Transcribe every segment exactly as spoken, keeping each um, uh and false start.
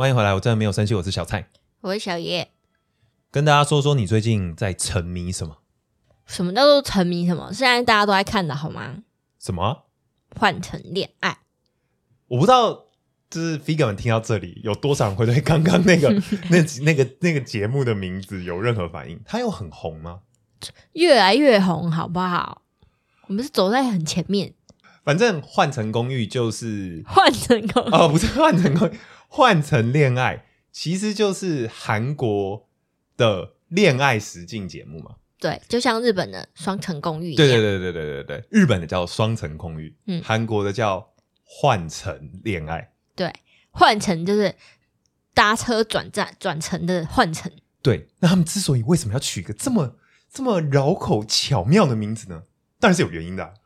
欢迎回来，我真的没有生气，我是小蔡， 我是小叶。 跟大家说说你最近在沉迷什么？ 什么叫做沉迷什么？现在大家都在看的好吗？ 什么、啊？ 换成恋爱。 我不知道，就是 Figure 们听到这里，有多少人会对刚刚那个那那个那个节目的名字有任何反应？它有很红吗？ 越来越红，好不好？我们是走在很前面。 反正换成公寓就是换成公寓哦，不是换成公寓，换成恋爱，其实就是韩国的恋爱实境节目嘛。 对，就像日本的双层公寓一样。 对对对对对对对，日本的叫双层公寓，嗯，韩国的叫换乘恋爱。 对，换乘就是搭车转站转乘的换乘。 对，那他们之所以为什么要取一个这么这么绕口巧妙的名字呢？当然是有原因的、啊。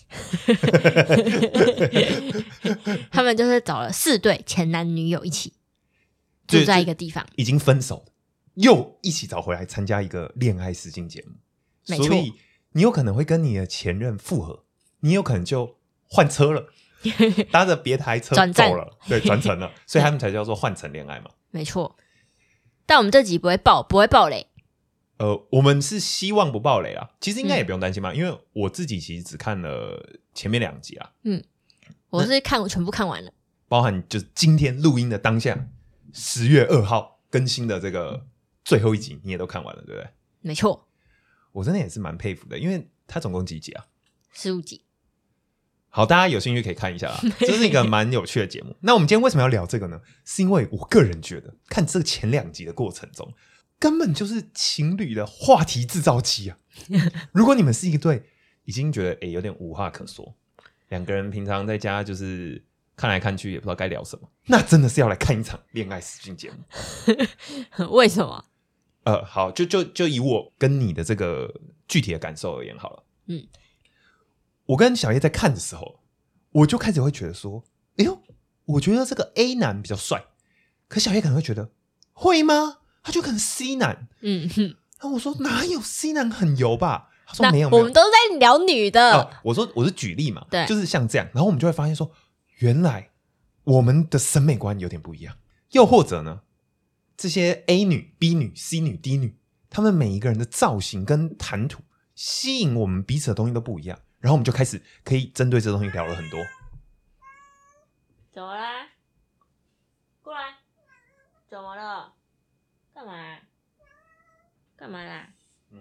他们就是找了四对前男女友一起住在一个地方， 已经分手了，又一起找回来参加一个恋爱实境节目。 没错， 所以你有可能会跟你的前任复合，你有可能就换车了，搭着别台车走了，对，转乘了，所以他们才叫做换乘恋爱嘛。 没错，但我们这集不会爆，不会爆雷。 呃，我们是希望不爆雷啦，其实应该也不用担心嘛、嗯，因为我自己其实只看了前面两集啊。 嗯，我是看我全部看完了， 包含就是今天录音的当下，十月二号更新的这个最后一集，你也都看完了，对不对？ 没错， 我真的也是蛮佩服的，因为它总共几集啊？ 十五集。 好，大家有兴趣可以看一下啦，这是一个蛮有趣的节目。那我们今天为什么要聊这个呢？是因为我个人觉得看这个前两集的过程中，根本就是情侣的话题制造机啊！如果你们是一对已经觉得诶有点无话可说，两个人平常在家就是看来看去也不知道该聊什么，那真的是要来看一场恋爱实境节目。 为什么？ 呃，好，就就就以我跟你的这个具体的感受而言好了。嗯，我跟小叶在看的时候，我就开始会觉得说，哎呦，我觉得这个 A 男比较帅，可小叶可能会觉得，会吗？他就可能 C 男。嗯哼，然后我说哪有 C 男很油吧？他说没有，没有， 我们都在聊女的。 哦、我说我是举例嘛， 对， 就是像这样，然后我们就会发现说，原来我们的审美观有点不一样，又或者呢？这些 A 女、B 女、C 女、D 女，她们每一个人的造型跟谈吐，吸引我们彼此的东西都不一样。然后我们就开始可以针对这东西聊了很多。 怎么啦？过来，怎么了？干嘛？干嘛啦？ 嗯，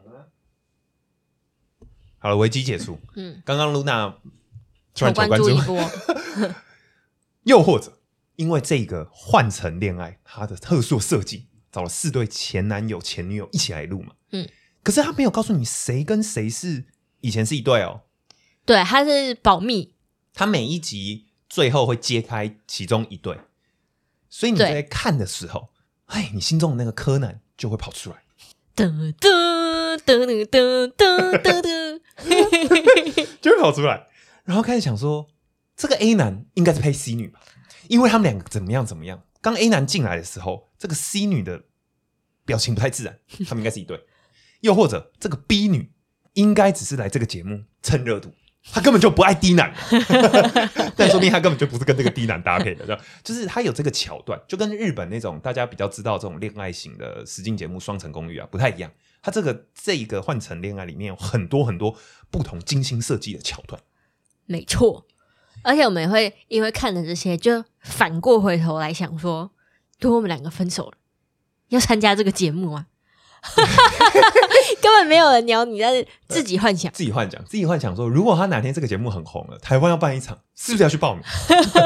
好了，危机解除。嗯，刚刚露娜突然求关注一波， 又或者。因为这个换乘恋爱它的特殊设计，找了四对前男友前女友一起来录嘛。嗯，可是他没有告诉你谁跟谁是以前是一对哦。 对，他是保密。 他每一集最后会揭开其中一对，所以你在看的时候，哎，你心中的那个柯南就会跑出来。 噔噔噔噔噔噔噔噔， 就会跑出来，然后开始想说，这个 A 男应该是配 C 女吧。因为他们两个怎么样怎么样，刚 A 男进来的时候，这个 C 女的表情不太自然，他们应该是一对。又或者这个 B 女应该只是来这个节目蹭热度，她根本就不爱 D 男，但说不定她根本就不是跟这个 D 男搭配的，就是她有这个桥段，就跟日本那种大家比较知道这种恋爱型的实境节目《双层公寓》啊不太一样。它这个这一个换乘恋爱里面有很多很多不同精心设计的桥段， 没错。而且我们也会因为看了这些，就反过回头来想说，如果我们两个分手了，要参加这个节目吗？根本没有人鸟你，但是自己幻想， 自己幻想，自己幻想说，如果他哪天这个节目很红了，台湾要办一场，是不是要去报名？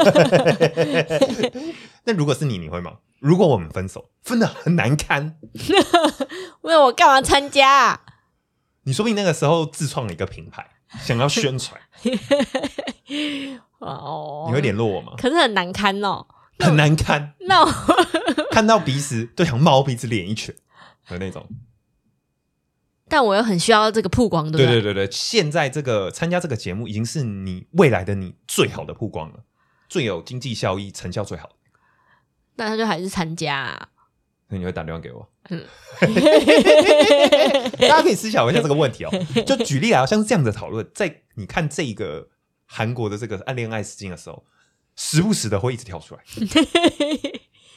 那如果是你，你会吗？如果我们分手，分得很难堪， 那我干嘛参加啊？ 你说不定那个时候自创了一个品牌，想要宣传。哦，你会联络我吗？ 可是很难堪哦， 很难堪。 那我看到鼻屎都想冒鼻子脸一拳的那种。 但我又很需要这个曝光，对不对？ 对对对对，现在这个参加这个节目已经是你未来的你最好的曝光了，最有经济效益、成效最好的。 那他就还是参加啊。 所以你会打电话给我？嗯，大家可以思考一下这个问题哦。就举例来，像是这样的讨论，在你看这个韩国的这个暗恋爱实境的时候，时不时的会一直跳出来。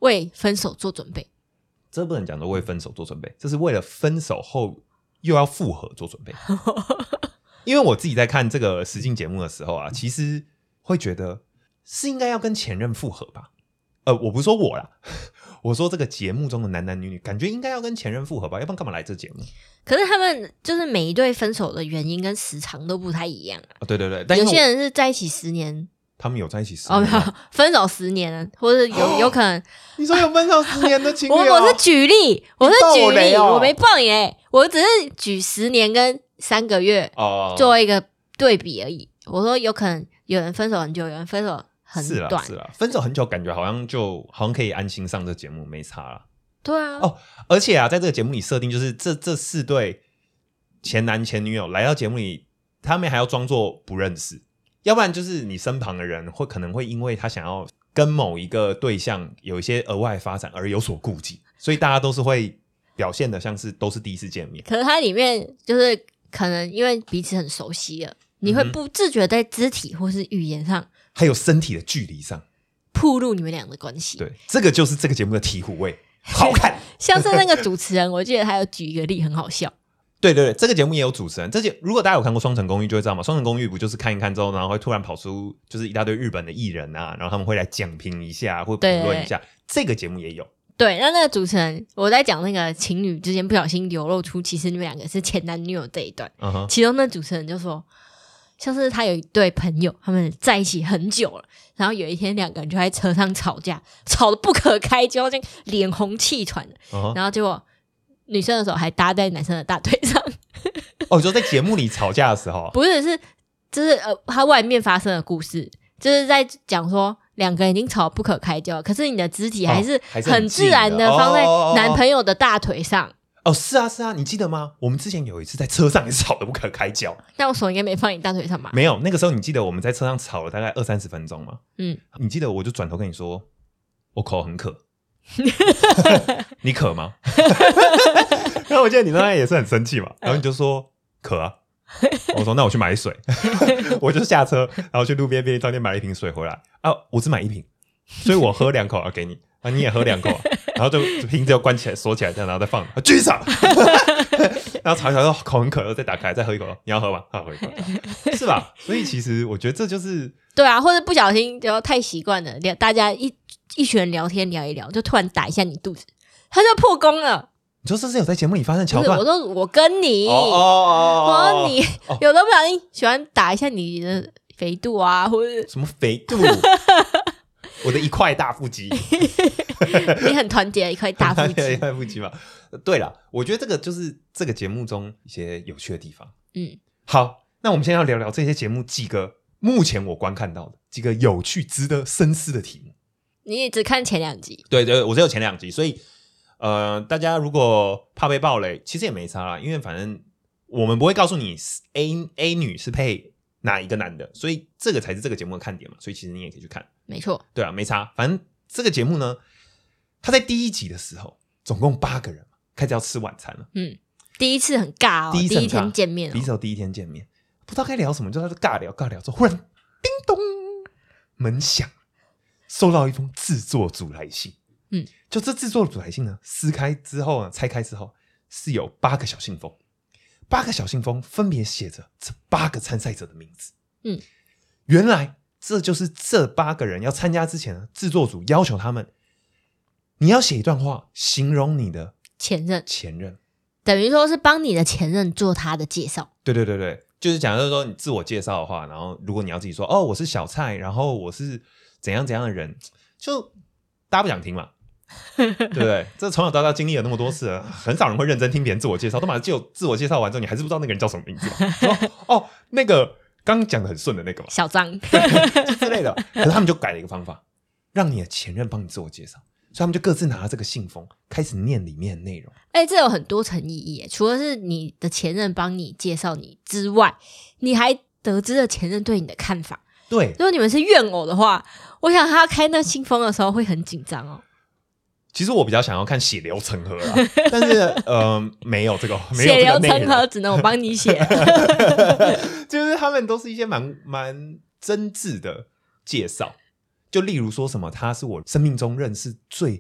为分手做准备。 这不能讲说为分手做准备，这是为了分手后又要复合做准备。因为我自己在看这个实境节目的时候啊，其实会觉得是应该要跟前任复合吧。呃，我不是说我啦，我说这个节目中的男男女女感觉应该要跟前任复合吧，要不然干嘛来这节目？ 可是他们就是每一对分手的原因跟时长都不太一样啊。 啊对对对，但有些人是在一起十年， 他们有在一起十年、啊， 哦，分手十年，或者有、哦、有可能。 你说有分手十年的情侣、 哦？我我是举例，我是举例， 我, 我没爆你嘞，我只是举十年跟三个月做一个对比而已。哦、我说有可能有人分手很久，有人分手很短， 是啦是啦，分手很久感觉好像就好像可以安心上这节目，没差啦。 对啊， 哦，而且啊，在这个节目里设定就是这这四对前男前女友来到节目里，他们还要装作不认识，要不然就是你身旁的人会可能会因为他想要跟某一个对象有一些额外发展而有所顾忌，所以大家都是会表现的像是都是第一次见面。 可是它里面就是可能因为彼此很熟悉了，你会不自觉在肢体或是语言上， 还有身体的距离上暴露你们俩的关系。 对，这个就是这个节目的醍醐味。好看。 像是那个主持人，我记得他有举一个例很好笑。 对对对，这个节目也有主持人。这节如果大家有看过《双层公寓》就会知道嘛，《双层公寓》不就是看一看之后，然后会突然跑出就是一大堆日本的艺人啊，然后他们会来讲评一下，会评论一下。这个节目也有。 对，那那个主持人，我在讲那个情侣之间不小心流露出其实你们两个是前男女友这一段，uh -huh. 其中那主持人就说，像是他有一对朋友，他们在一起很久了，然后有一天两个人就在车上吵架，吵得不可开交，就脸红气喘的， uh -huh. 然后结果女生的手还搭在男生的大腿上。 哦，你说在节目里吵架的时候？ 不是，是就是呃，他外面发生的故事，就是在讲说两个人已经吵得不可开交，可是你的肢体还是很自然的放在男朋友的大腿上。 哦, 哦, 哦, 哦, 哦，是啊是啊，你记得吗？我们之前有一次在车上也是吵得不可开交， 但我手应该没放你大腿上吧？ 没有，那个时候你记得我们在车上吵了大概二三十分钟吗？ 嗯， 你记得我就转头跟你说，我口很渴。你渴吗？然后我记得你那也是很生气嘛，然后你就说渴啊，我说那我去买水。我就下车然后去路边便利商店买了一瓶水回来啊，我只买一瓶，所以我喝两口要给你啊，你也喝两口、啊、然后就瓶子就关起来锁起来，然后再放继续吵。然后吵一吵说口很渴，然后再打开再喝一口，你要喝吗？好，喝一口，是吧？所以其实我觉得这就是对啊，或者不小心就太习惯了，大家一一群人聊天聊一聊，就突然打一下你肚子，他就破功了。 你说这是有在节目里发生的桥段？ 我说我跟你， 哦哦哦我说你、哦、有的不小心喜欢打一下你的肥肚啊，或者什么肥肚？我的一块大腹肌。 你很团结一块大腹肌， 一块腹肌嘛。对了，我觉得这个就是这个节目中一些有趣的地方。 嗯， 好，那我们现在要聊聊这些节目几个目前我观看到的几个有趣值得深思的题目。 你也只看前两集？ 对对，我只有前两集，所以呃，大家如果怕被爆雷，其实也没差啦，因为反正我们不会告诉你 A A 女是配哪一个男的，所以这个才是这个节目的看点嘛，所以其实你也可以去看。 没错， 对啊，没差。反正这个节目呢，他在第一集的时候，总共八个人嘛，开始要吃晚餐了。 嗯，第一次很尬哦，第一, 第一天见面、哦， 第一次第一天见面，不知道该聊什么，就在这尬聊尬聊之后，忽然叮咚门响，收到一封制作组来信。 嗯， 就这制作组来信呢，撕开之后呢，拆开之后是有八个小信封，八个小信封分别写着这八个参赛者的名字。 嗯， 原来这就是这八个人要参加之前呢，制作组要求他们，你要写一段话形容你的前任， 前任， 等于说是帮你的前任做他的介绍。 对对对对，就是讲就是说你自我介绍的话，然后如果你要自己说哦我是小蔡，然后我是怎样怎样的人，就大家不想听嘛。对不对？这从小到大经历了那么多次了，很少人会认真听别人自我介绍，都马上就自我介绍完之后，你还是不知道那个人叫什么名字嘛。说哦，那个刚刚讲的很顺的那个嘛， 小张之类的。可是他们就改了一个方法，让你的前任帮你自我介绍，所以他们就各自拿了这个信封，开始念里面的内容。 哎、欸，这有很多层意义耶，除了是你的前任帮你介绍你之外，你还得知了前任对你的看法。 对， 如果你们是怨偶的话，我想他开那信封的时候会很紧张哦。 其实我比较想要看血流成河啦，但是呃没有这个，没有血这个流成河只能我帮你写。 就是他们都是一些蛮蛮真挚的介绍，就例如说什么他是我生命中认识最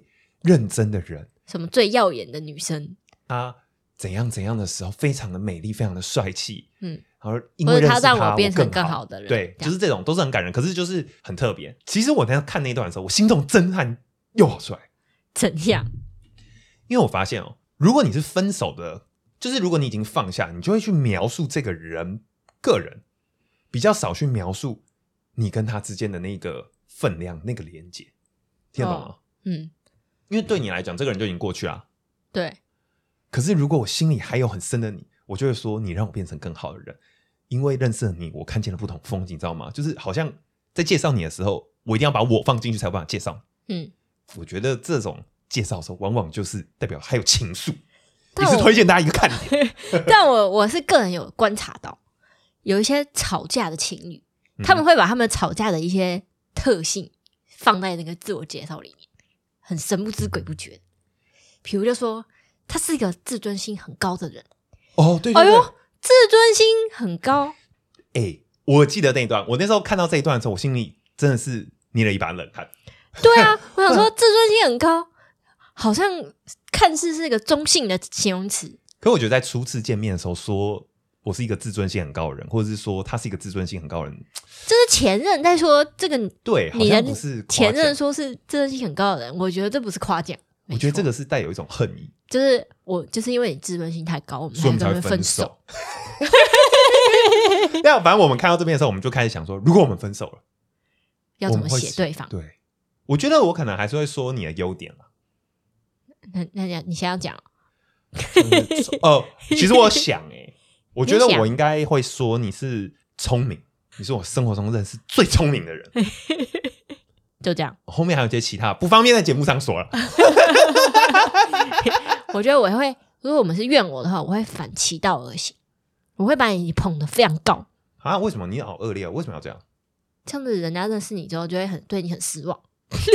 认真的人， 什么最耀眼的女生， 他怎样怎样的时候非常的美丽，非常的帅气， 嗯， 然后因为认识或者他让我变成更更好的人， 对， 这样就是这种都是很感人，可是就是很特别。其实我在看那段的时候，我心中震撼又好帅， 怎样？ 因为我发现哦，如果你是分手的，就是如果你已经放下，你就会去描述这个人个人，比较少去描述你跟他之间的那个分量、那个连结，听得懂吗？ 哦、嗯， 因为对你来讲，这个人就已经过去了。 对。 可是如果我心里还有很深的你，我就会说你让我变成更好的人，因为认识了你，我看见了不同风景，你知道吗？就是好像在介绍你的时候，我一定要把我放进去才有办法介绍你。嗯，我觉得这种介绍的时候，往往就是代表还有情愫，也是推荐大家一个看点。 但我我是个人有观察到，有一些吵架的情侣，嗯、他们会把他们吵架的一些特性放在那个自我介绍里面，很神不知鬼不觉。比如就说他是一个自尊心很高的人。 哦，对对对， 哎呦，自尊心很高。 哎、欸，我记得那一段，我那时候看到这一段的时候，我心里真的是捏了一把冷汗。 对啊，我想说自尊心很高，好像看似是一个中性的形容词。 可我觉得在初次见面的时候说我是一个自尊心很高的人，或者是说他是一个自尊心很高的人， 这是前任在说这个， 对，好像不是前任说是自尊心很高的人，我觉得这不是夸奖， 我觉得这个是带有一种恨意， 就是我就是因为你自尊心太高，我们才跟他们分手。 那反正我们看到这边的时候，我们就开始想说，如果我们分手了， 要怎么写对方？ 对，我觉得我可能还是会说你的优点了。 那那你你先要讲哦、呃，其实我想哎、欸，我觉得我应该会说你是聪明，你是我生活中认识最聪明的人。 就这样， 后面还有一些其他不方便在节目上说了。 我觉得我会，如果我们是怨我的话，我会反其道而行，我会把你捧得非常高啊！为什么你好恶劣啊？为什么要这样？ 这样子人家认识你之后，就会很对你很失望。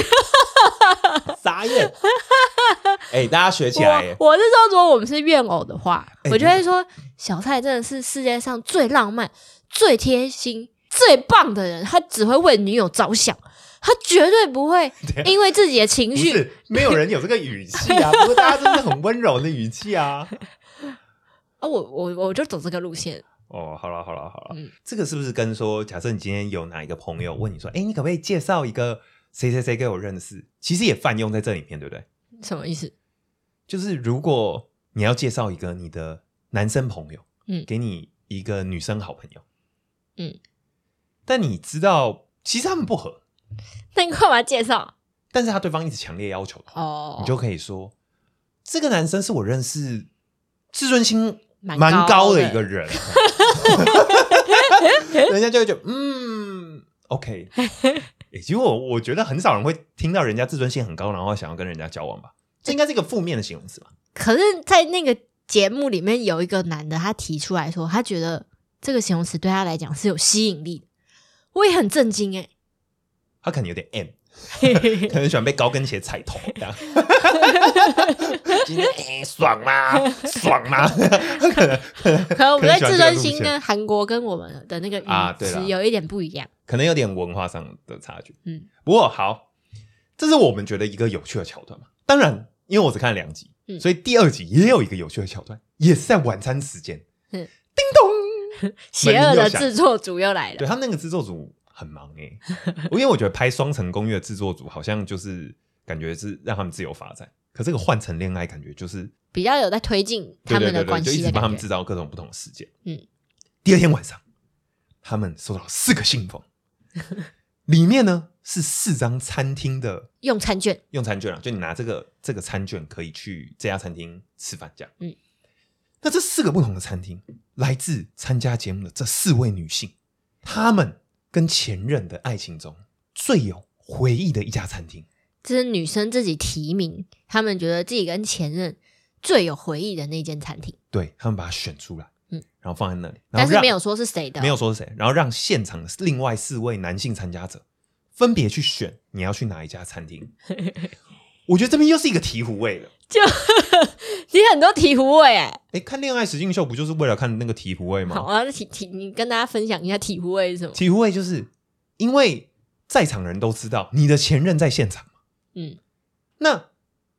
傻眼！哎、欸，大家学起来耶！ 我是说，如果我们是怨偶的话，欸、我就会说，小蔡真的是世界上最浪漫、最贴心、最棒的人，他只会为女友着想。他绝对不会因为自己的情绪， 不是没有人有这个语气啊，不过大家真的很温柔的语气啊。 啊，我我我就走这个路线。 哦，好了好了好了、 嗯， 这个是不是跟说，假设你今天有哪一个朋友问你说，哎、欸，你可不可以介绍一个谁谁谁给我认识？其实也泛用在这里面，对不对？ 什么意思？ 就是如果你要介绍一个你的男生朋友，嗯，给你一个女生好朋友，嗯，但你知道其实他们不合。 那你干嘛介绍？ 但是他对方一直强烈要求的话，哦，你就可以说，这个男生是我认识自尊心蛮高的一个人，人家就会觉得嗯 ，OK。欸、其实我我觉得很少人会听到人家自尊心很高，然后想要跟人家交往吧，这应该是一个负面的形容词吧。 可是，在那个节目里面有一个男的，他提出来说，他觉得这个形容词对他来讲是有吸引力的，我也很震惊哎、欸。 他可能有点 M， 可能喜欢被高跟鞋踩头这样。今天、欸、爽吗？爽吗？可能可能我们在自尊心跟韩国跟我们的那个语词有一点不一样、啊， 可能有点文化上的差距。嗯，不过好，这是我们觉得一个有趣的桥段嘛。当然，因为我只看了两集、嗯，所以第二集也有一个有趣的桥段，也是在晚餐时间。嗯，叮咚， 邪恶的制作组又来了。 对，他那个制作组很忙哎、欸，因为我觉得拍《双层公寓》的制作组好像就是感觉是让他们自由发展，可这个换乘恋爱感觉就是比较有在推进他们的关系的感觉， 对对对对，就一直帮他们制造各种不同的事件。嗯，第二天晚上，他们收到四个信封，里面呢是四张餐厅的用餐券， 用餐券啊，就你拿这个这个餐券可以去这家餐厅吃饭这样。嗯，那这四个不同的餐厅来自参加节目的这四位女性，她们跟前任的爱情中最有回忆的一家餐厅， 这是女生自己提名，她们觉得自己跟前任最有回忆的那间餐厅， 对，他们把它选出来，嗯，然后放在那里， 但是没有说是谁的， 没有说是谁，然后让现场的另外四位男性参加者分别去选你要去哪一家餐厅。我觉得这边又是一个醍醐味了， 就你很多醍醐味哎、 欸，看恋爱实境秀不就是为了看那个醍醐味吗？ 好啊，那醍醍你跟大家分享一下醍醐味是什么？ 醍醐味就是因为在场人都知道你的前任在现场嘛，嗯，那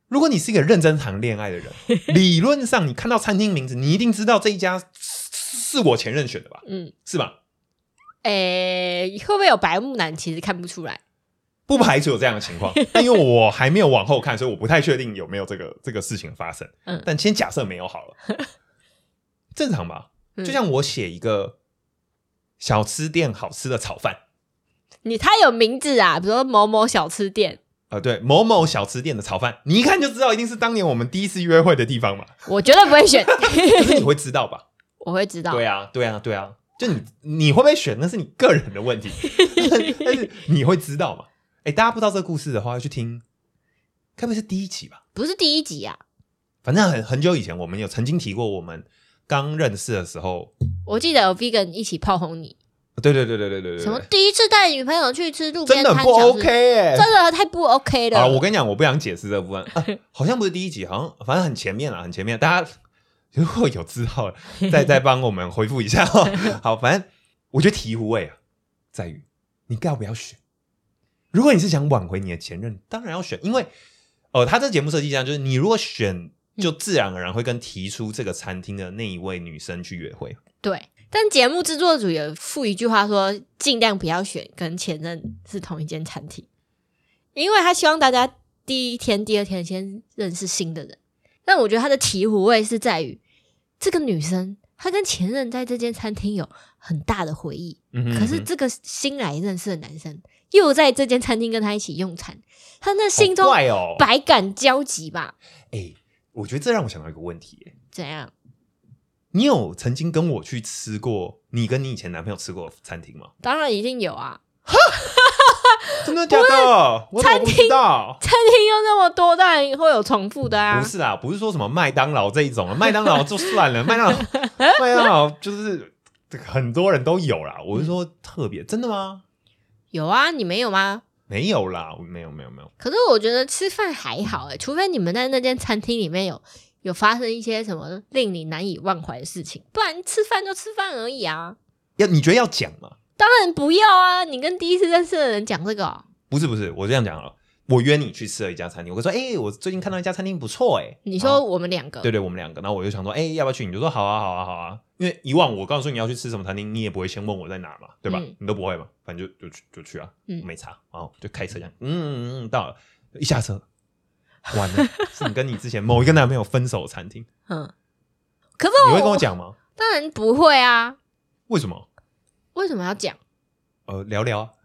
如果你是一个认真谈恋爱的人，理论上你看到餐厅名字，你一定知道这一家是我前任选的吧？嗯，是吧？ 诶、欸，会不会有白目男其实看不出来？ 不排除有这样的情况，但因为我还没有往后看，所以我不太确定有没有这个这个事情发生。嗯，但先假设没有好了，正常吧？就像我写一个小吃店好吃的炒饭， 你他有名字啊，比如说某某小吃店。 呃，对，某某小吃店的炒饭，你一看就知道一定是当年我们第一次约会的地方嘛。 我绝对不会选， 可是你会知道吧？ 我会知道。 对啊，对啊，对啊，就你你会不会选，那是你个人的问题，但是你会知道嘛？哎，大家不知道这个故事的话，要去听，该不会是第一集吧？ 不是第一集啊， 反正很很久以前，我们有曾经提过，我们刚认识的时候， 我记得有 Vegan 一起炮轰你。 对对对对对对对， 什么第一次带女朋友去吃路边摊， 真的不 OK 哎、欸， 真的太不 OK 了。 好，我跟你讲，我不想解释这部分、啊，好像不是第一集，好像反正很前面啦，很前面，大家如果有知道，再再帮我们回复一下、哦。好，反正我觉得醍醐味啊，在于你要不要选。如果你是想挽回你的前任，当然要选，因为呃，他这节目设计这样，就是你如果选，就自然而然会跟提出这个餐厅的那一位女生去约会。 对。但节目制作组有附一句话说，尽量不要选跟前任是同一间餐厅，因为他希望大家第一天、第二天先认识新的人。但我觉得他的醍醐味是在于，这个女生她跟前任在这间餐厅有很大的回忆，嗯哼嗯哼，可是这个新来认识的男生又在这间餐厅跟他一起用餐，他那心中百感交集吧。 哎、哦欸，我觉得这让我想到一个问题、欸， 怎样？ 你有曾经跟我去吃过你跟你以前男朋友吃过的餐厅吗？ 当然一定有啊！ 真的假的？我怎么不知道？ 餐厅又那么多，当然会有重复的啊！ 不是啊，不是说什么麦当劳这一种，麦当劳就算了，麦当劳麦当劳就是很多人都有啦。我是说特别，真的吗？ 有啊，你没有吗？ 没有啦，没有没有没有。 可是我觉得吃饭还好哎、欸，除非你们在那间餐厅里面有。有发生一些什么令你难以忘怀的事情，不然吃饭就吃饭而已啊。 要你觉得要讲吗？ 当然不要啊！你跟第一次认识的人讲这个、哦， 不是不是，我这样讲了。我约你去吃了一家餐厅，我说，哎、欸，我最近看到一家餐厅不错、欸，哎， 你说我们两个， 对对，我们两个，然后我就想说，哎、欸，要不要去？你就说好啊，好啊，好啊。因为以往我告诉你要去吃什么餐厅，你也不会先问我在哪嘛，对吧？嗯、你都不会嘛，反正就就去就去啊，嗯、没差，然后就开车这样，嗯嗯嗯，到了，一下车。完了，是你跟你之前某一个男朋友分手的餐厅。嗯， 可是你会跟我讲吗？ 当然不会啊。 为什么？ 为什么要讲？ 呃，聊聊啊。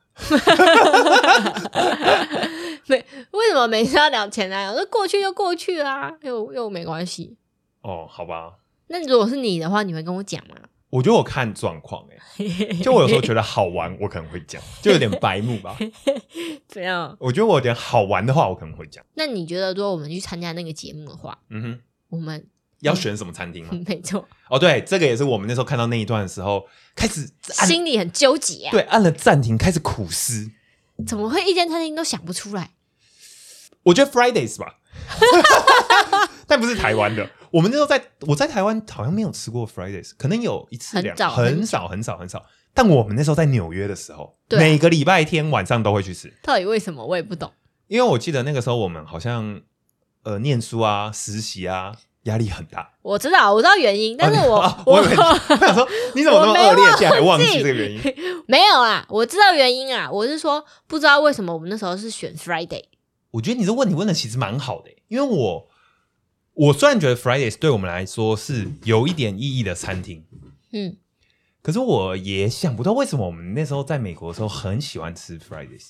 没，为什么每次要聊前男友？那过去就过去啦、啊，又又没关系。 哦，好吧。 那如果是你的话，你会跟我讲吗？ 我觉得我看状况哎，就我有时候觉得好玩，我可能会讲，就有点白目吧。 不要， 我觉得我有点好玩的话，我可能会讲。 那你觉得，如果我们去参加那个节目的话，嗯哼，我们要选什么餐厅吗？ 没错。 哦，对，这个也是我们那时候看到那一段的时候，开始心里很纠结、啊。 对，按了暂停，开始苦思， 怎么会一间餐厅都想不出来？ 我觉得 Fridays 吧，但不是台湾的。我们那时候在我在台湾好像没有吃过 Fridays， 可能有一次两，很少很少很少。但我们那时候在纽约的时候，啊、每个礼拜天晚上都会去吃。 到底为什么我也不懂？ 因为我记得那个时候我们好像呃念书啊、实习啊，压力很大。 我知道，我知道原因，但是我、 哦、我以为我想说你怎么那么恶劣，竟然还忘记这个原因？ 没有啦，我知道原因啊，我是说不知道为什么我们那时候是选 Friday。 我觉得你这问题问的其实蛮好的，因为我我虽然觉得 Fridays 对我们来说是有一点意义的餐厅，嗯，可是我也想不到为什么我们那时候在美国的时候很喜欢吃 Fridays，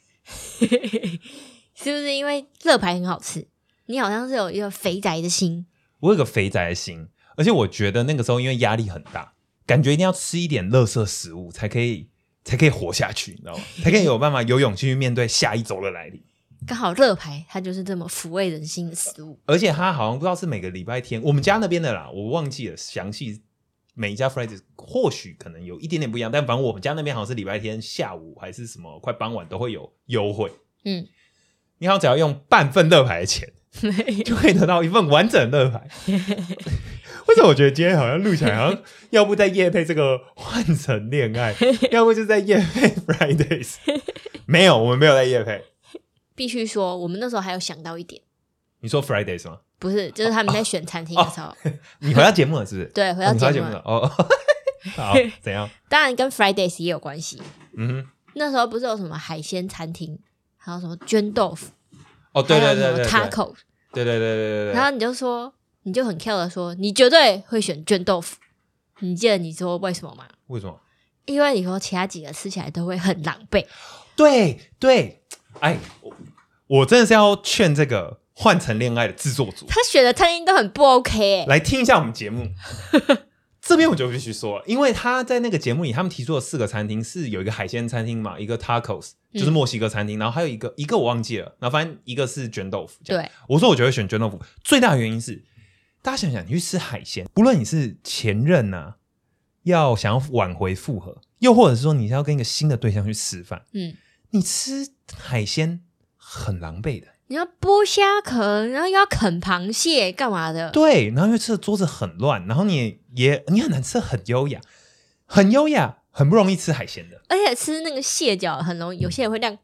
是不是因为乐牌很好吃？你好像是有一个肥宅的心， 我有个肥宅的心，而且我觉得那个时候因为压力很大，感觉一定要吃一点垃圾食物才可以才可以活下去，你知道吗？才可以有办法有勇气去面对下一周的来临。 刚好乐牌它就是这么抚慰人心的食物， 而且它好像不知道是每个礼拜天，我们家那边的啦，我忘记了详细每一家 Fridays 或许可能有一点点不一样，但反正我们家那边好像是礼拜天下午还是什么快傍晚都会有优惠。嗯，你好像只要用半份乐牌的钱就可以得到一份完整的乐牌。为什么我觉得今天好像录起来好像要不在业配这个换乘恋爱，要不就在业配 Fridays？ 没有，我们没有在业配。 必须说我们那时候还有想到一点， 你说 Fridays 吗？ 不是，就是他们在选餐厅的时候。哦哦、 你回到节目了是不是？ 对，回到节目了。哦，了哦好，怎样？ 当然跟 Fridays 也有关系。 嗯哼， 那时候不是有什么海鲜餐厅，还有什么绢豆腐， 哦，对对对对 ，taco， 对对对对对。 然后你就说，你就很 care 的说，你绝对会选绢豆腐。你记得你说为什么吗？ 为什么？ 因为你说其他几个吃起来都会很狼狈。 对对，哎，我, 我真的是要劝这个换成恋爱的制作组， 他选的餐厅都很不 OK、欸、 来听一下我们节目。这边我就必须说了，因为他在那个节目里，他们提出的四个餐厅是有一个海鲜餐厅嘛，一个 tacos 就是墨西哥餐厅、嗯，然后还有一个一个我忘记了，然后反正一个是卷豆腐。 对， 我说我觉得选卷豆腐最大的原因是，大家想想，你去吃海鲜，不论你是前任啊，要想要挽回复合，又或者是说你要跟一个新的对象去吃饭，嗯，你吃海鲜很狼狈的。 你要剥虾壳，然后又要啃螃蟹，干嘛的？ 对，然后因为吃的桌子很乱，然后你也也你很难吃很优雅，很优雅，很不容易吃海鲜的。 而且吃那个蟹脚很容易，有些人会这样，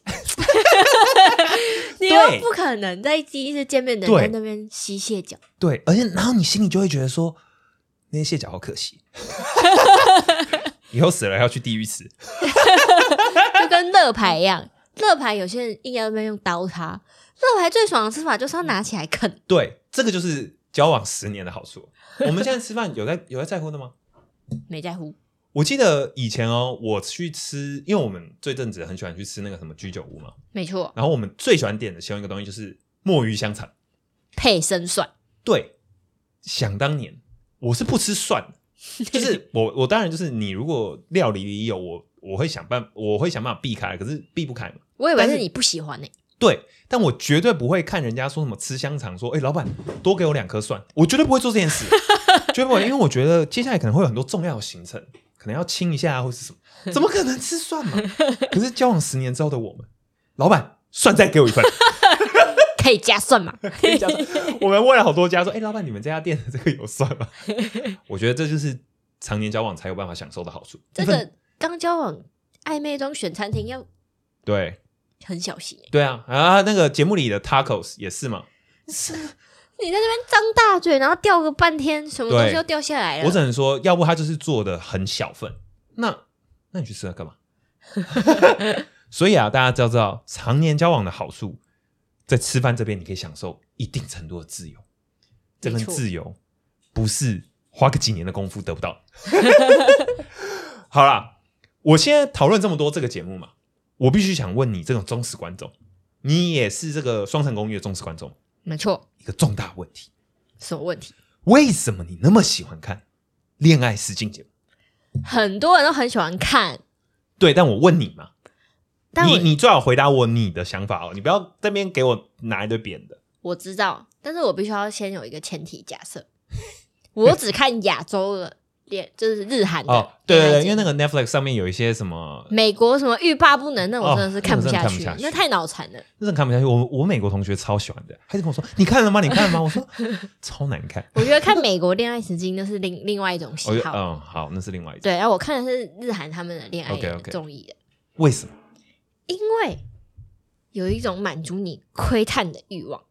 你又不可能在第一次见面的人在那边吸蟹脚。 对，而且然后你心里就会觉得说，那些蟹脚好可惜，以后死了要去地狱吃， 就跟乐牌一样。乐牌有些人硬要那边用刀叉，乐牌最爽的吃法就是要拿起来啃。 对，这个就是交往十年的好处。我们现在吃饭有在有在在乎的吗？ 没在乎。 我记得以前哦，我去吃，因为我们这阵子很喜欢去吃那个什么居酒屋嘛， 没错。 然后我们最喜欢点的其中一个东西就是墨鱼香肠配生蒜。 对，想当年我是不吃蒜的，就是我我当然就是你如果料理里有我。我会想办，我会想办法避开，可是避不开嘛。 我以为是你不喜欢呢、欸。 对，但我绝对不会看人家说什么吃香肠，说，哎、欸，老板多给我两颗蒜，我绝对不会做这件事，绝对不会，因为我觉得接下来可能会有很多重要的行程，可能要清一下、啊、或是什么，怎么可能吃蒜嘛？可是交往十年之后的我们，老板蒜再给我一份， 可以加蒜吗？ 可以加蒜。我们问了好多家说，哎、欸，老板你们这家店的这个有蒜吗？我觉得这就是常年交往才有办法享受的好处。 这个。刚交往暧昧中选餐厅要对很小心、欸、 对啊啊那个节目里的 tacos 也是嘛， 是你在那边张大嘴，然后掉个半天，什么东西都掉下来了。 我只能说，要不他就是做的很小份，那那你去吃它干嘛？所以啊，大家知道知道常年交往的好处，在吃饭这边你可以享受一定程度的自由，这份自由不是花个几年的功夫得不到。好啦。我现在讨论这么多这个节目嘛，我必须想问你这种忠实观众，你也是这个双层公寓的忠实观众， 没错。 一个重大问题， 什么问题？ 为什么你那么喜欢看恋爱实境节目？ 很多人都很喜欢看， 对，但我问你嘛， 但你你最好回答我你的想法哦，你不要这边给我拿一堆别人的。 我知道，但是我必须要先有一个前提假设，我只看亚洲的。就是日韩的哦，对对对，因为那个 Netflix 上面有一些什么美国什么欲罢不能，那我真的是看不下去， 哦、那, 下去那太脑残了， 那真的看不下去。我我美国同学超喜欢的，他就跟我说：“你看了吗？你看了吗？”我说：“超难看。” 我觉得看美国恋爱实境那是另另外一种喜好。 嗯，好，那是另外一种。 对，然后我看的是日韩他们的恋爱综艺的。 Okay, okay. 为什么？ 因为有一种满足你窥探的欲望。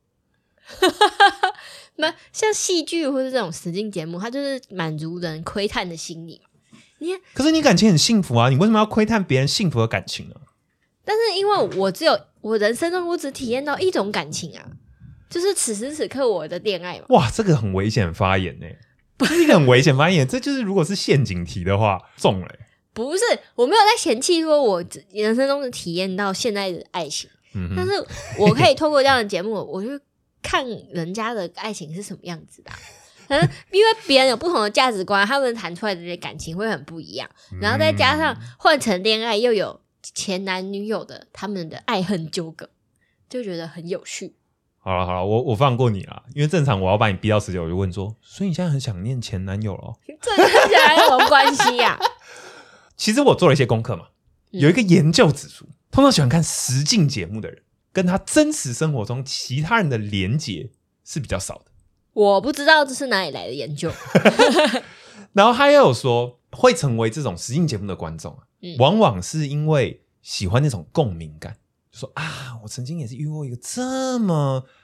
像戏剧或是这种实境节目，它就是满足人窥探的心理嘛。你可是你感情很幸福啊，你为什么要窥探别人幸福的感情呢？ 但是因为我只有我人生中我只体验到一种感情啊，就是此时此刻我的恋爱嘛。 哇，这个很危险发言呢、欸，不是一个很危险发言，这就是如果是陷阱题的话中了、欸。 不是，我没有在嫌弃说我人生中只体验到现在的爱情、嗯，但是我可以透过这样的节目，我就看人家的爱情是什么样子的、啊。可能因为别人有不同的价值观，他们谈出来的这些感情会很不一样，然后再加上换成恋爱又有前男女友的他们的爱恨纠葛，就觉得很有趣。 好了好了，我我放过你啦，因为正常我要把你逼到死角，我就问说，所以你现在很想念前男友了？ 这跟前男友有什么关系呀、啊？ 其实我做了一些功课嘛，有一个研究指出，通常喜欢看实境节目的人，跟他真实生活中其他人的连结是比较少的。 我不知道这是哪里来的研究。 然后他又有说，会成为这种实境节目的观众、啊嗯、往往是因为喜欢那种共鸣感，就说啊，我曾经也是遇过一个这么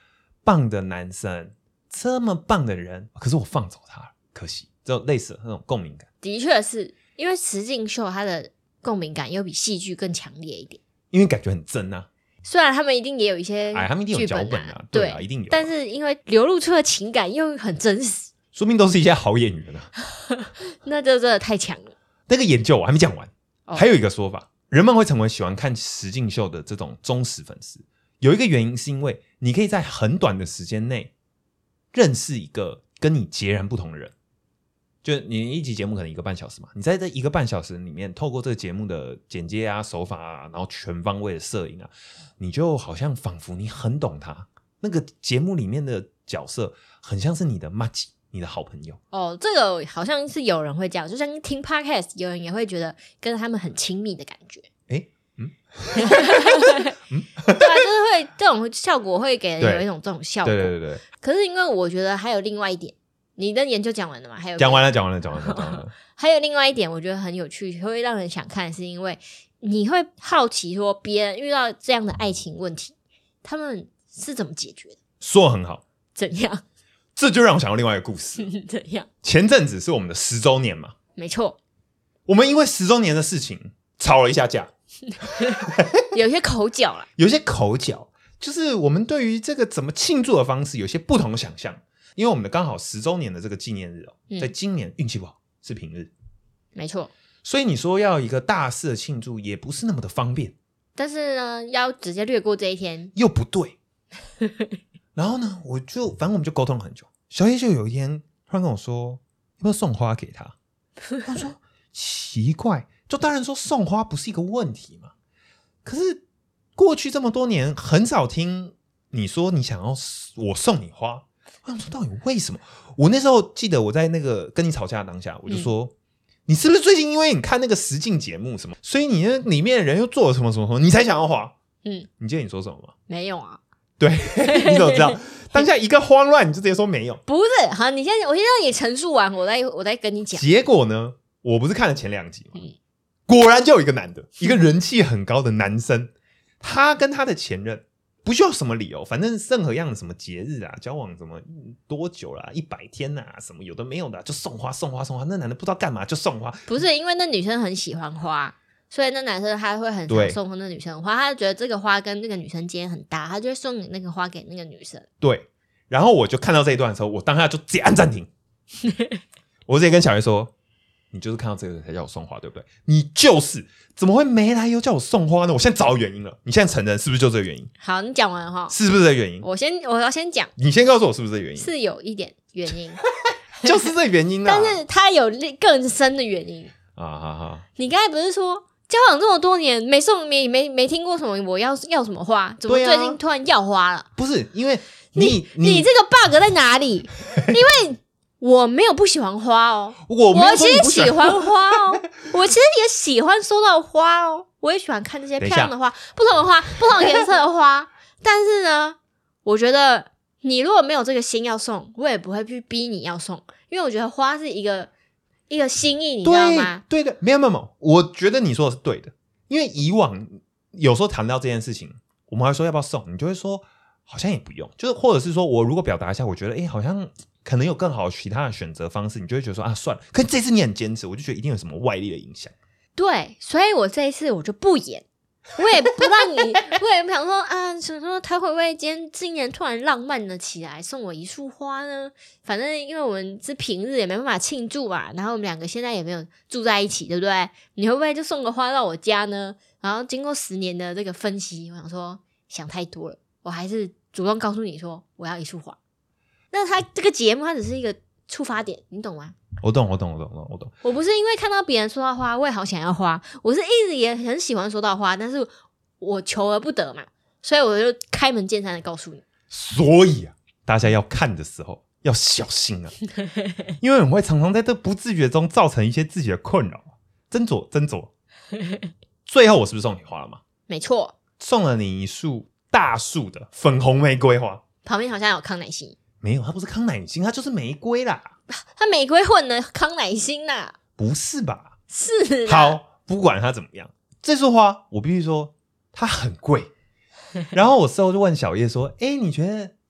棒的男生，这么棒的人，可是我放走他了，可惜，就类似的那种共鸣感。 的确是因为实境秀它的共鸣感又比戏剧更强烈一点， 因为感觉很真啊。 虽然他们一定也有一些剧本、啊， 哎，他们一定有脚本啊，对啊，一定有、啊。 但是因为流露出的情感又很真实， 说不定都是一些好演员啊。 那就真的太强了。 那个研究我还没讲完、 哦， 还有一个说法，人们会成为喜欢看实境秀的这种忠实粉丝，有一个原因是因为你可以在很短的时间内认识一个跟你截然不同的人。就你一集节目可能一个半小时嘛，你在这一个半小时里面，透过这个节目的剪接啊、手法啊，然后全方位的摄影啊，你就好像仿佛你很懂他，那个节目里面的角色很像是你的麻吉，你的好朋友。 哦，这个好像是有人会这样，就像听 podcast， 有人也会觉得跟他们很亲密的感觉。 诶嗯嗯对啊，就是会这种效果会给人有一种这种效果。 对对对对。 可是因为我觉得还有另外一点，你的研究讲完了吗？还有讲完了，讲完了，讲完了，讲完了。 还有另外一点，我觉得很有趣，会让人想看，是因为你会好奇说，别人遇到这样的爱情问题，他们是怎么解决的？ 说得很好。 怎样？ 这就让我想到另外一个故事。 怎样？ 前阵子是我们的十周年嘛？ 没错。 我们因为十周年的事情吵了一下架， 有些口角啦， 有些口角，就是我们对于这个怎么庆祝的方式有些不同的想象。因为我们的刚好十周年的这个纪念日哦，嗯、在今年运气不好是平日， 没错。 所以你说要一个大肆的庆祝，也不是那么的方便。 但是呢，要直接略过这一天又不对。然后呢，我就反正我们就沟通了很久。小叶就有一天突然跟我说，要不要送花给他？他说奇怪，就当然说送花不是一个问题嘛。可是过去这么多年，很少听你说你想要我送你花。我想说到底为什么？我那时候记得我在那个跟你吵架的当下，我就说、嗯、你是不是最近因为你看那个实境节目什么，所以你那里面的人又做了什么什么什么，你才想要花？嗯，你记得你说什么吗？ 没有啊。 对，你怎么知道？当下一个慌乱，你就直接说没有。 不是，好，你先，我先让你陈述完，我再我再跟你讲。 结果呢，我不是看了前两集吗、嗯、果然就有一个男的，一个人气很高的男生，他跟他的前任不需要什么理由，反正任何样的什么节日啊，交往什么多久啦、啊，一百天啊，什么有的没有的、啊，就送花送花送花。那男的不知道干嘛就送花， 不是因为那女生很喜欢花，所以那男生他会很想送那女生花，他就觉得这个花跟那个女生今天很搭，他就会送那个花给那个女生。 对，然后我就看到这一段的时候，我当下就直接按暂停。我直接跟小叶说，你就是看到这个才叫我送花对不对？你就是怎么会没来由叫我送花呢？我现在找到原因了，你现在承认是不是就这个原因？ 好，你讲完了哈， 是不是这个原因？ 我先我要先讲， 你先告诉我是不是这个原因？ 是有一点原因。 就是这个原因啦， 但是它有更深的原因啊！好好， 你刚才不是说交往这么多年没送没没没听过什么我要要什么花，怎么最近突然要花了？ 啊、不是因为你你, 你, 你这个 bug 在哪里？因为我没有不喜欢花哦， 我我其实喜欢花哦，我其实也喜欢收到花哦，我也喜欢看这些漂亮的花，不同的花，不同颜色的花。但是呢，我觉得你如果没有这个心要送，我也不会去逼你要送，因为我觉得花是一个一个心意，你知道吗？ 对的，没有没有没有，我觉得你说的是对的，因为以往有时候谈到这件事情，我们还说要不要送，你就会说好像也不用，就是或者是说我如果表达一下，我觉得哎，好像可能有更好其他的选择方式，你就会觉得说啊算了。可是这次你很坚持，我就觉得一定有什么外力的影响。 对，所以我这一次我就不演。我也不让你，我也不想说啊，想说他会不会今天今年突然浪漫了起来，送我一束花呢？反正因为我们是平日也没办法庆祝嘛，然后我们两个现在也没有住在一起，对不对？你会不会就送个花到我家呢？然后经过十年的这个分析，我想说想太多了，我还是主动告诉你说我要一束花。那他这个节目它只是一个出发点，你懂吗？ 我懂，我懂，我懂，我懂，我懂。 我不是因为看到别人收到花，我也好想要花。我是一直也很喜欢收到花，但是我求而不得嘛，所以我就开门见山的告诉你。 所以啊，大家要看的时候要小心啊，因为我们会常常在这不自觉中造成一些自己的困扰。斟酌，斟酌。最后我是不是送你花了嘛？ 没错， 送了你一束大束的粉红玫瑰花， 旁边好像有康乃馨。 没有，它不是康乃馨，它就是玫瑰啦。 它玫瑰混了康乃馨啦？ 不是吧？ 是啦。 好，不管它怎么样，这束花我必须说它很贵。然后我事后就问小叶说：“哎，你觉得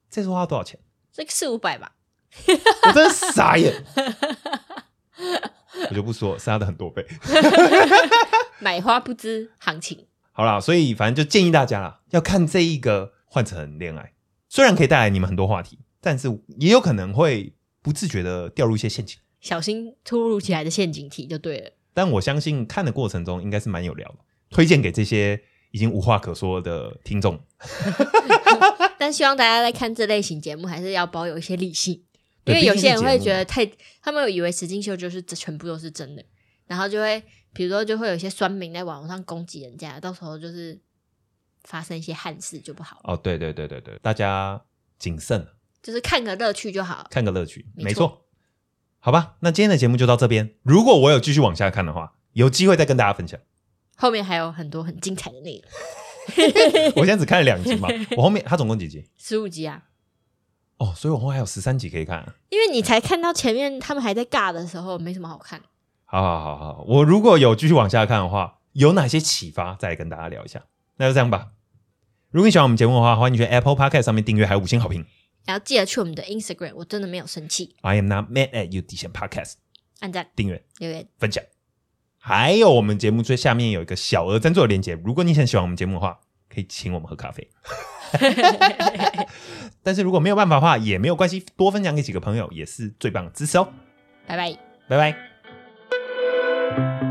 这束花多少钱？ 这个四五百吧。 我真的傻眼。我就不说，是他的很多倍。 买花不知行情。 好啦，所以反正就建议大家啦，要看这一个换成恋爱，虽然可以带来你们很多话题，但是也有可能会不自觉的掉入一些陷阱， 小心突如其来的陷阱题就对了。 但我相信看的过程中应该是蛮有聊的，推荐给这些已经无话可说的听众。 但希望大家在看这类型节目还是要保有一些理性，因为有些人会觉得太，他们以为实境秀就是这全部都是真的，然后就会比如说就会有一些酸民在网络上攻击人家，到时候就是发生一些憾事就不好了。 哦，对对对对对，大家谨慎， 就是看个乐趣就好， 看个乐趣，没错。 没错好吧，那今天的节目就到这边。如果我有继续往下看的话，有机会再跟大家分享。 后面还有很多很精彩的内容。 我现在只看了两集嘛，我后面它总共几集？ 十五集啊。 哦，所以我后面还有十三集可以看、啊。 因为你才看到前面他们还在尬的时候，没什么好看。 好好好好，我如果有继续往下看的话，有哪些启发再来跟大家聊一下。那就这样吧。如果你喜欢我们节目的话，欢迎去 Apple Podcast 上面订阅，还有五星好评。 然后记得去我们的 Instagram， 我真的没有生气。 I am not mad at you 底线 Podcast， 按赞、 订阅、 留言、 分享。还有我们节目最下面有一个小额赞助的连结，如果你很喜欢我们节目的话，可以请我们喝咖啡。但是如果没有办法的话也没有关系，多分享给几个朋友也是最棒的支持哦。 拜拜， 拜拜。